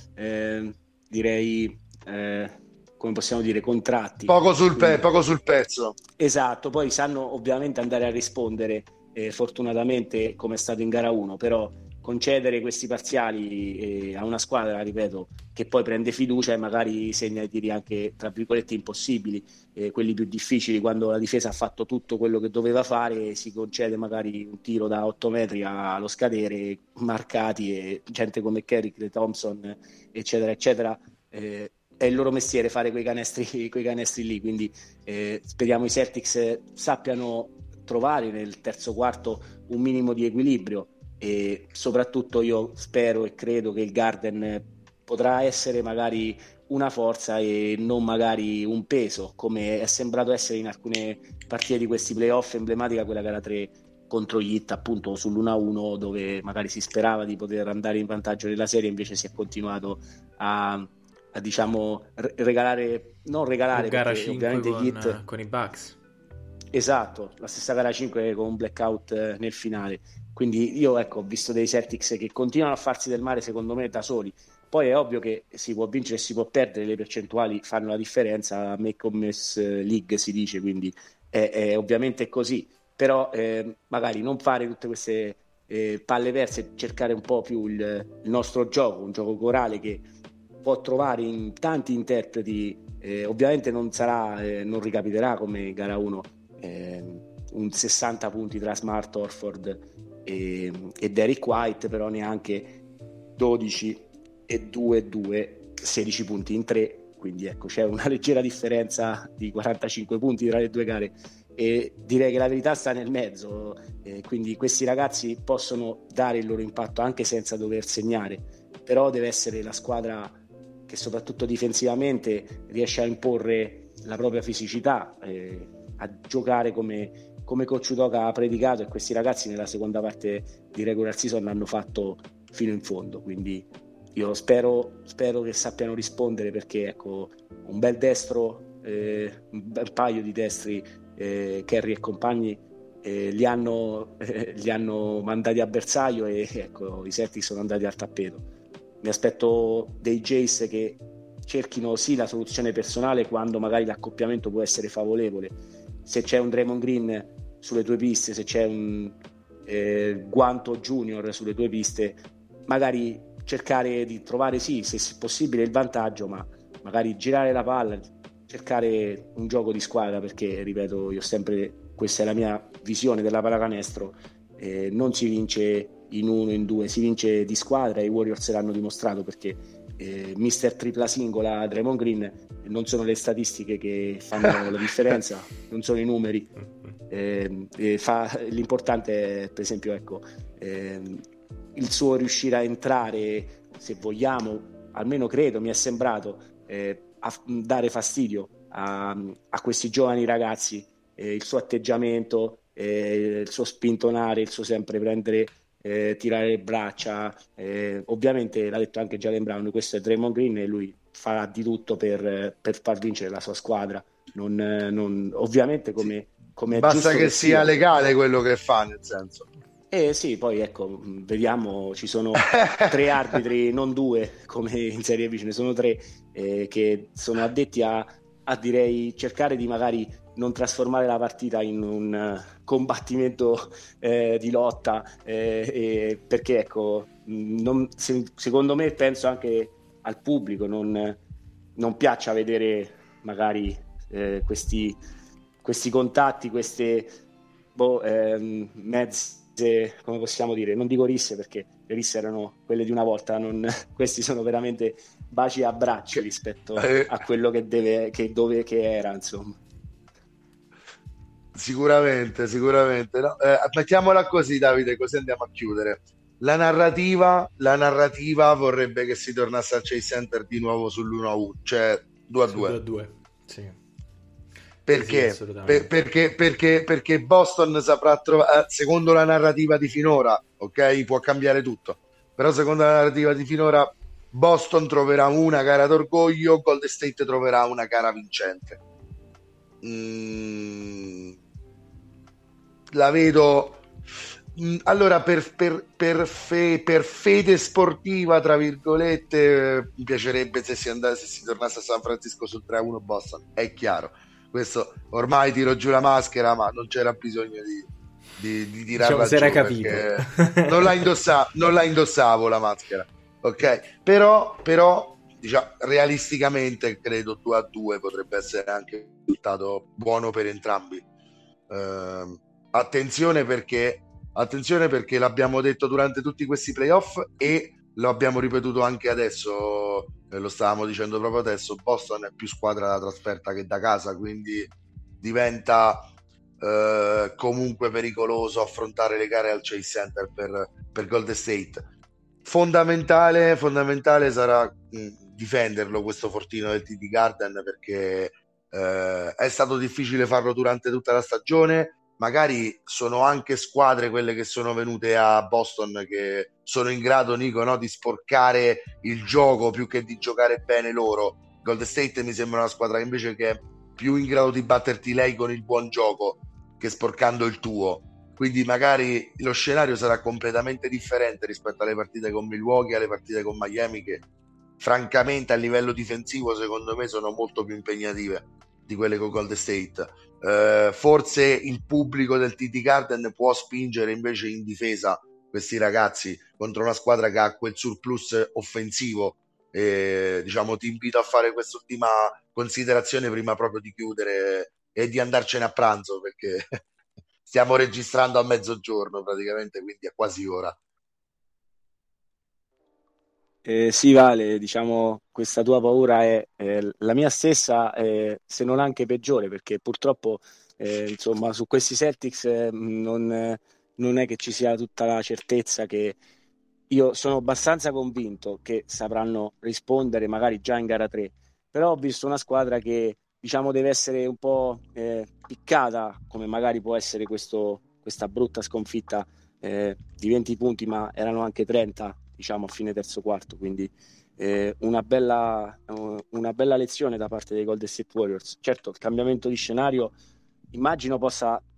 direi come possiamo dire, contratti. Poco sul pezzo. Esatto, poi sanno ovviamente andare a rispondere, fortunatamente, come è stato in gara 1, però concedere questi parziali a una squadra, ripeto, che poi prende fiducia e magari segna i tiri anche, tra virgolette, impossibili, quelli più difficili, quando la difesa ha fatto tutto quello che doveva fare, si concede magari un tiro da 8 metri allo scadere, marcati, e gente come Kerry, Klay Thompson, eccetera, eccetera, è il loro mestiere fare quei canestri lì, quindi speriamo i Celtics sappiano trovare nel terzo quarto un minimo di equilibrio, e soprattutto io spero e credo che il Garden potrà essere magari una forza e non magari un peso, come è sembrato essere in alcune partite di questi playoff, emblematica quella gara 3 contro gli Heat, appunto sull'1-1, dove magari si sperava di poter andare in vantaggio nella serie, invece si è continuato a diciamo non regalare, gara perché 5 ovviamente gli Heat, con i Bucks. Esatto, la stessa gara 5 con un blackout nel finale. Quindi io, ecco, ho visto dei Celtics che continuano a farsi del male, secondo me, da soli. Poi è ovvio che si può vincere e si può perdere, le percentuali fanno la differenza, make or miss league si dice, quindi è ovviamente così. Però magari non fare tutte queste palle perse, cercare un po' più il nostro gioco, un gioco corale che può trovare in tanti interpreti. Ovviamente non sarà, non ricapiterà come gara 1 un 60 punti tra Smart, Horford e Derrick White, però neanche 12 e 2 16 punti in 3, quindi ecco, c'è una leggera differenza di 45 punti tra le due gare, e direi che la verità sta nel mezzo, quindi questi ragazzi possono dare il loro impatto anche senza dover segnare, però deve essere la squadra che soprattutto difensivamente riesce a imporre la propria fisicità, a giocare come Coach Udoka ha predicato, e questi ragazzi nella seconda parte di regular season l'hanno fatto fino in fondo, quindi io spero che sappiano rispondere, perché ecco, un bel destro, un bel paio di destri, Kerry e compagni, li hanno mandati a bersaglio e ecco, i Celtics sono andati al tappeto. Mi aspetto dei Jays che cerchino sì la soluzione personale quando magari l'accoppiamento può essere favorevole. Se c'è un Draymond Green sulle tue piste, se c'è un Guanto Junior sulle tue piste, magari cercare di trovare sì, se possibile, il vantaggio, ma magari girare la palla, cercare un gioco di squadra, perché ripeto, io sempre, questa è la mia visione della pallacanestro, non si vince in uno, in due, si vince di squadra, e i Warriors l'hanno dimostrato, perché mister tripla singola Draymond Green non sono le statistiche che fanno la differenza, non sono i numeri, l'importante è per esempio ecco, il suo riuscire a entrare, se vogliamo, almeno credo, mi è sembrato, a dare fastidio a questi giovani ragazzi, il suo atteggiamento, il suo spintonare, il suo sempre prendere, tirare le braccia, ovviamente l'ha detto anche Jaylen Brown, questo è Draymond Green e lui farà di tutto per far vincere la sua squadra, ovviamente come è basta giusto che sia legale quello che fa, nel senso. Sì, poi ecco, vediamo, ci sono 3 arbitri, non 2 come in Serie B, ce ne sono 3 che sono addetti a direi cercare di magari non trasformare la partita in un combattimento di lotta, perché ecco, secondo me, penso anche al pubblico non piaccia vedere magari questi contatti, queste mezze, come possiamo dire, non dico risse perché le risse erano quelle di una volta, questi sono veramente baci e abbracci rispetto a quello che era, insomma. Sicuramente no? Mettiamola così, Davide, così andiamo a chiudere. La narrativa vorrebbe che si tornasse al Chase Center di nuovo sull'1-1, cioè 2-2. 2-2, sì. Perché? Sì, Perché Boston saprà trovare, secondo la narrativa di finora, ok? Può cambiare tutto, però secondo la narrativa di finora Boston troverà una gara d'orgoglio, Golden State troverà una gara vincente. La vedo. Allora, per fede sportiva, tra virgolette, mi piacerebbe se si tornasse a San Francisco sul 3-1 Boston, è chiaro. Questo ormai tiro giù la maschera, ma non c'era bisogno di tirarla giù, era capito. non la indossavo la maschera, ok? Però diciamo, realisticamente credo 2-2 potrebbe essere anche un risultato buono per entrambi. Attenzione perché l'abbiamo detto durante tutti questi playoff e lo abbiamo ripetuto anche adesso, lo stavamo dicendo proprio adesso, Boston è più squadra da trasferta che da casa, quindi diventa comunque pericoloso affrontare le gare al Chase Center per Golden State. Fondamentale sarà difenderlo questo fortino del TD Garden, perché è stato difficile farlo durante tutta la stagione. Magari sono anche squadre quelle che sono venute a Boston che sono in grado, Nico, no, di sporcare il gioco più che di giocare bene loro. Golden State mi sembra una squadra invece che è più in grado di batterti lei con il buon gioco che sporcando il tuo. Quindi magari lo scenario sarà completamente differente rispetto alle partite con Milwaukee, alle partite con Miami, che francamente a livello difensivo secondo me sono molto più impegnative di quelle con Golden State. Forse il pubblico del TD Garden può spingere invece in difesa questi ragazzi contro una squadra che ha quel surplus offensivo. Diciamo, ti invito a fare quest'ultima considerazione prima proprio di chiudere e di andarcene a pranzo, perché stiamo registrando a mezzogiorno praticamente, quindi è quasi ora. Sì, Vale, diciamo, questa tua paura è la mia stessa, se non anche peggiore, perché purtroppo insomma su questi Celtics non è che ci sia tutta la certezza. Che io sono abbastanza convinto che sapranno rispondere magari già in gara 3, però ho visto una squadra che diciamo deve essere un po' piccata, come magari può essere questa brutta sconfitta di 20 punti, ma erano anche 30 diciamo a fine terzo quarto, quindi una bella lezione da parte dei Golden State Warriors. Certo, il cambiamento di scenario immagino possa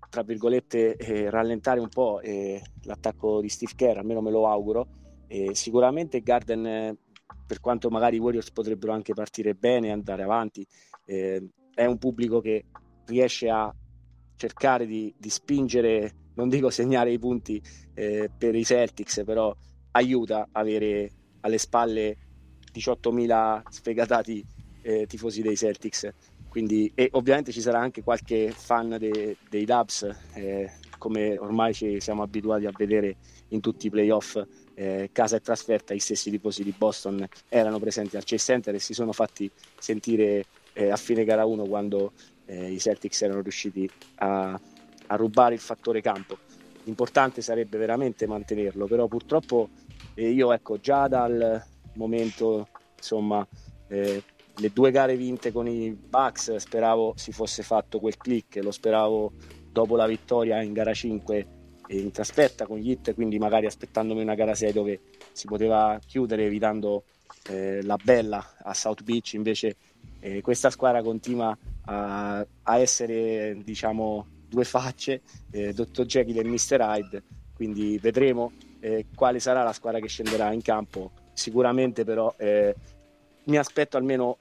tra virgolette, rallentare un po' l'attacco di Steve Kerr, almeno me lo auguro. Sicuramente Garden, per quanto magari i Warriors potrebbero anche partire bene e andare avanti, è un pubblico che riesce a cercare di spingere, non dico segnare i punti per i Celtics, però aiuta avere alle spalle 18.000 sfegatati tifosi dei Celtics. Quindi, e ovviamente ci sarà anche qualche fan dei Dubs, come ormai ci siamo abituati a vedere in tutti i playoff, casa e trasferta. Gli stessi tifosi di Boston erano presenti al Chase Center e si sono fatti sentire a fine gara 1 quando i Celtics erano riusciti a rubare il fattore campo. L'importante sarebbe veramente mantenerlo, però purtroppo io, ecco, già dal momento, insomma, le 2 gare vinte con i Bucks speravo si fosse fatto quel click, lo speravo dopo la vittoria in gara 5 in trasferta con gli Heat, quindi magari aspettandomi una gara 6 dove si poteva chiudere evitando la bella a South Beach. Invece questa squadra continua a essere, diciamo, due facce, Dr. Jekyll e Mr. Hyde, quindi vedremo quale sarà la squadra che scenderà in campo. Sicuramente però mi aspetto almeno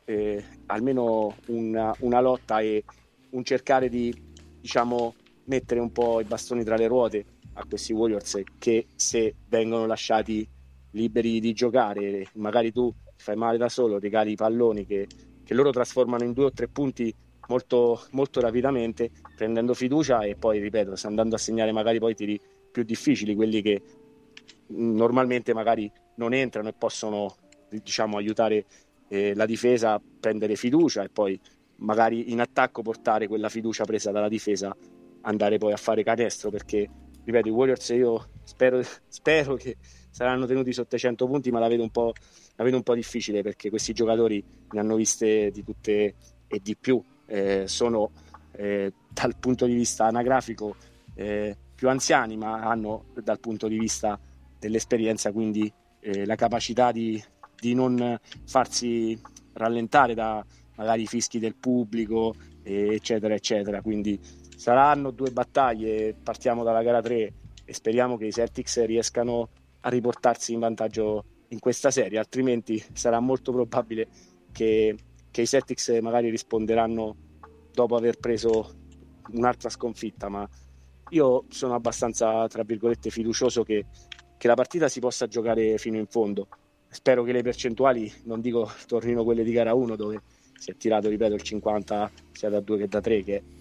una lotta e un cercare di, diciamo, mettere un po' i bastoni tra le ruote a questi Warriors, che se vengono lasciati liberi di giocare, magari tu fai male da solo, regali i palloni che loro trasformano in 2 o 3 punti molto, molto rapidamente, prendendo fiducia, e poi, ripeto, andando a segnare magari poi tiri più difficili, quelli che normalmente magari non entrano, e possono, diciamo, aiutare la difesa a prendere fiducia e poi magari in attacco portare quella fiducia presa dalla difesa, andare poi a fare canestro, perché, ripeto, i Warriors io spero che saranno tenuti sotto i 100 punti, ma la vedo un po' difficile, perché questi giocatori ne hanno viste di tutte e di più, sono dal punto di vista anagrafico più anziani, ma hanno dal punto di vista dell'esperienza, quindi la capacità di non farsi rallentare da magari i fischi del pubblico, eccetera eccetera. Quindi saranno 2 battaglie, partiamo dalla gara 3 e speriamo che i Celtics riescano a riportarsi in vantaggio in questa serie, altrimenti sarà molto probabile che i Celtics magari risponderanno dopo aver preso un'altra sconfitta, ma io sono abbastanza, tra virgolette, fiducioso che la partita si possa giocare fino in fondo. Spero che le percentuali, non dico tornino quelle di gara 1 dove si è tirato, ripeto, il 50 sia da 2 che da 3, che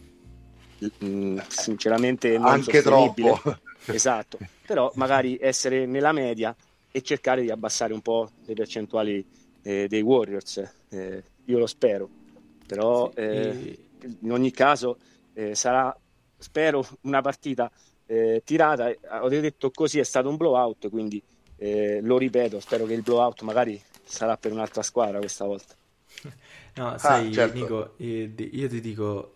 sinceramente non anche sostenibile. troppo. Esatto, però magari essere nella media e cercare di abbassare un po' le percentuali dei Warriors, io lo spero, però sì, in ogni caso sarà, spero, una partita tirata. Ho detto così, è stato un blowout, quindi lo ripeto, spero che il blowout magari sarà per un'altra squadra questa volta. No, sai, Certo. Nico, io ti dico,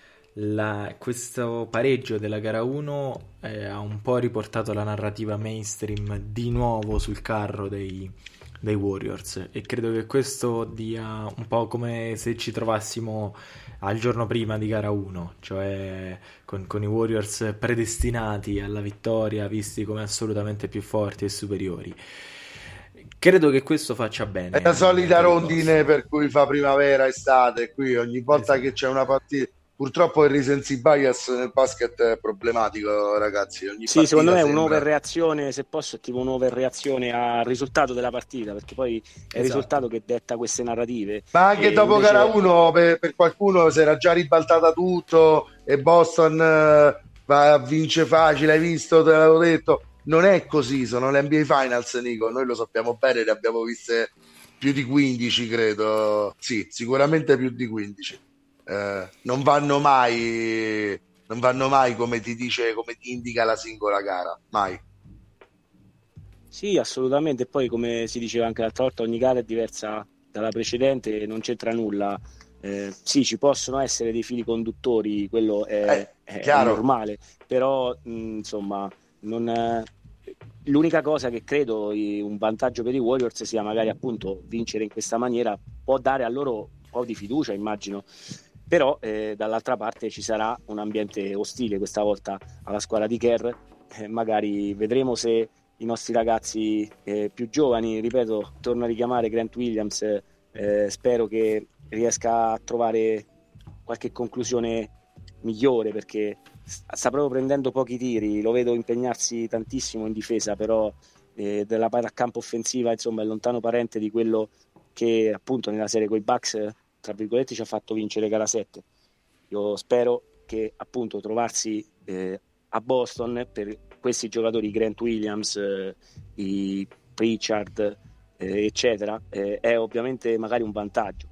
questo pareggio della gara 1 ha un po' riportato la narrativa mainstream di nuovo sul carro dei Warriors, e credo che questo dia un po' come se ci trovassimo al giorno prima di gara 1, cioè con i Warriors predestinati alla vittoria, visti come assolutamente più forti e superiori. Credo che questo faccia bene È la solita per i rondine Boston. per cui fa primavera, estate. Qui ogni volta Esatto. che c'è una partita, purtroppo il recency bias nel basket è problematico, ragazzi. Ogni Sì, secondo partita me è sembra. un'overreazione, se posso, è tipo un'overreazione al risultato della partita, perché poi è il Esatto. risultato che detta queste narrative, Ma anche e dopo gara invece 1 per qualcuno si era già ribaltata tutto e Boston vince facile, hai visto, te l'avevo detto. Non è così, sono le NBA Finals, Nico, noi lo sappiamo bene, ne abbiamo viste più di 15, credo. Sì, sicuramente più di 15. Non vanno mai, non vanno mai come ti dice, come ti indica la singola gara, mai. sì, assolutamente. E poi, come si diceva anche l'altra volta, ogni gara è diversa dalla precedente, non c'entra nulla. Sì, ci possono essere dei fili conduttori, quello è Chiaro. normale, però insomma, non, l'unica cosa che credo un vantaggio per i Warriors sia magari appunto vincere in questa maniera, può dare a loro un po' di fiducia, immagino, però dall'altra parte ci sarà un ambiente ostile questa volta alla squadra di Kerr. Magari vedremo se i nostri ragazzi più giovani, ripeto, torno a richiamare Grant Williams, spero che riesca a trovare qualche conclusione migliore, perché sta proprio prendendo pochi tiri, lo vedo impegnarsi tantissimo in difesa, però della pallacanpo offensiva insomma è lontano parente di quello che appunto nella serie con i Bucks tra virgolette ci ha fatto vincere gara 7. Io spero che appunto trovarsi a Boston per questi giocatori, Grant Williams, i Pritchard, eccetera, è ovviamente magari un vantaggio.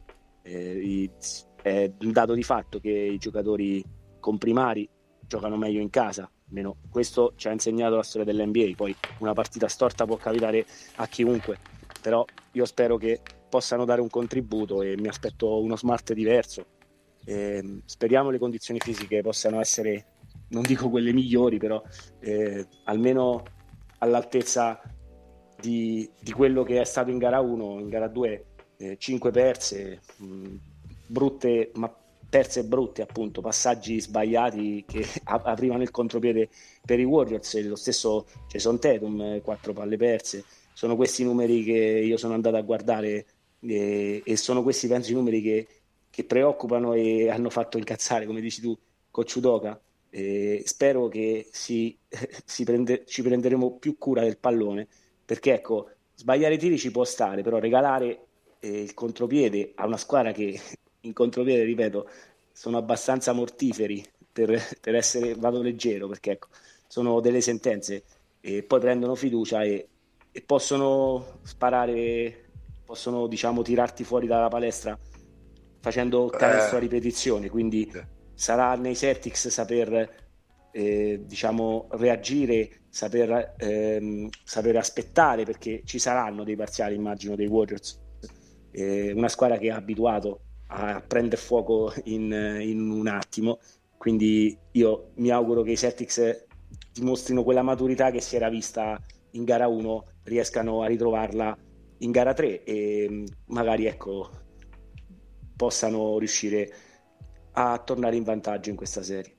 È un dato di fatto che i giocatori comprimari giocano meglio in casa, almeno questo ci ha insegnato la storia dell'NBA. Poi una partita storta può capitare a chiunque, però io spero che possano dare un contributo e mi aspetto uno Smart diverso. Speriamo le condizioni fisiche possano essere, non dico quelle migliori, però almeno all'altezza di quello che è stato in gara 1. In gara 2 5 perse, brutte, ma perse brutte appunto, passaggi sbagliati che aprivano il contropiede per i Warriors. Lo stesso Jason Tatum, 4 palle perse. Sono questi numeri che io sono andato a guardare e sono questi, penso, i numeri che preoccupano e hanno fatto incazzare, come dici tu, Coach Udoka. Spero che ci prenderemo più cura del pallone, perché ecco, sbagliare i tiri ci può stare, però regalare il contropiede a una squadra che in contropiede, ripeto, sono abbastanza mortiferi per essere, vado leggero, perché ecco, sono delle sentenze e poi prendono fiducia e possono sparare, possono diciamo tirarti fuori dalla palestra facendo canestro a ripetizione, quindi sarà nei Celtics saper diciamo reagire, saper aspettare, perché ci saranno dei parziali, immagino, dei Warriors, una squadra che è abituato a prendere fuoco in un attimo, quindi io mi auguro che i Celtics dimostrino quella maturità che si era vista in gara 1, riescano a ritrovarla in gara 3 e magari ecco possano riuscire a tornare in vantaggio in questa serie.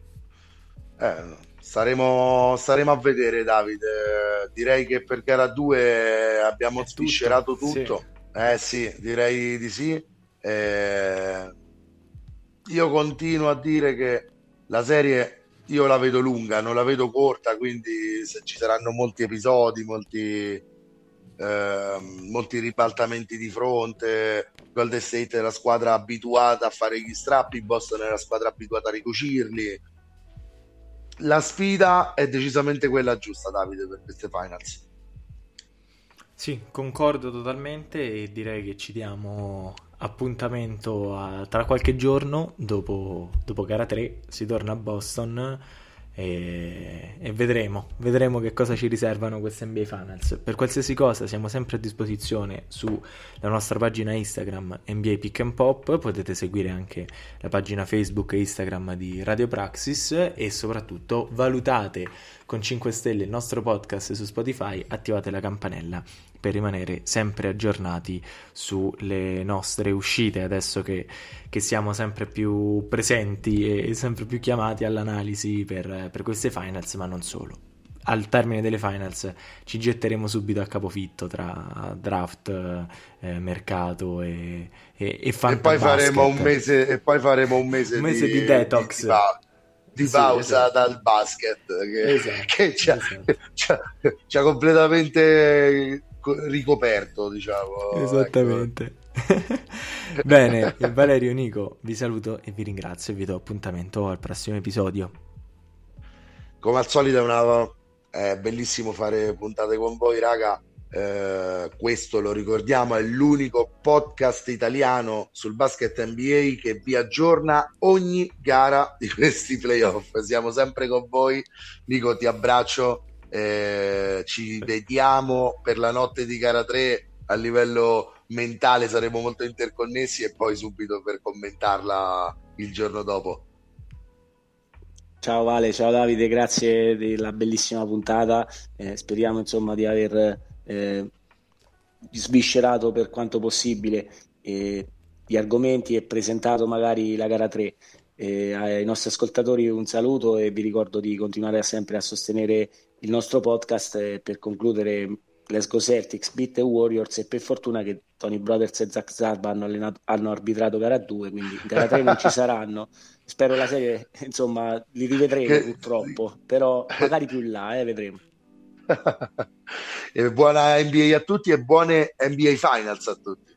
Staremo a vedere, Davide. Direi che per gara 2 abbiamo sviscerato tutto. Sì, direi di sì. Io continuo a dire che la serie io la vedo lunga, non la vedo corta, quindi se ci saranno molti episodi, molti ribaltamenti di fronte. Golden State è la squadra abituata a fare gli strappi, Boston è la squadra abituata a ricucirli. La sfida è decisamente quella giusta, Davide, per queste finals. Sì, concordo totalmente e direi che ci diamo appuntamento tra qualche giorno, dopo gara 3 si torna a Boston e vedremo che cosa ci riservano queste NBA Finals. Per qualsiasi cosa siamo sempre a disposizione sulla nostra pagina Instagram NBA Pick and Pop, potete seguire anche la pagina Facebook e Instagram di Radio Praxis e soprattutto valutate con 5 stelle il nostro podcast su Spotify, attivate la campanella per rimanere sempre aggiornati sulle nostre uscite, adesso che siamo sempre più presenti e sempre più chiamati all'analisi per queste finals, ma non solo. Al termine delle finals ci getteremo subito a capofitto tra draft, mercato e e poi faremo un mese di detox di pausa, esatto, dal basket che ci ha completamente ricoperto, diciamo. Esattamente. Ecco. Bene, Valerio, Nico, vi saluto e vi ringrazio e vi do appuntamento al prossimo episodio. Come al solito è bellissimo fare puntate con voi, raga. Questo, lo ricordiamo, è l'unico podcast italiano sul basket NBA che vi aggiorna ogni gara di questi playoff. Siamo sempre con voi. Nico, ti abbraccio. Ci vediamo per la notte di gara 3. A livello mentale saremo molto interconnessi e poi subito per commentarla il giorno dopo. Ciao Vale, ciao Davide, grazie della bellissima puntata. Speriamo insomma di aver sviscerato per quanto possibile di argomenti e presentato magari la gara 3. Ai nostri ascoltatori un saluto e vi ricordo di continuare sempre a sostenere il nostro podcast. Per concludere, Let's Go Celtics, beat the Warriors, e per fortuna che Tony Brothers e Zach Zarba hanno arbitrato gara 2, quindi gara 3 non ci saranno. Spero la serie, insomma, li rivedremo purtroppo, però magari più in là, vedremo. E buona NBA a tutti e buone NBA Finals a tutti.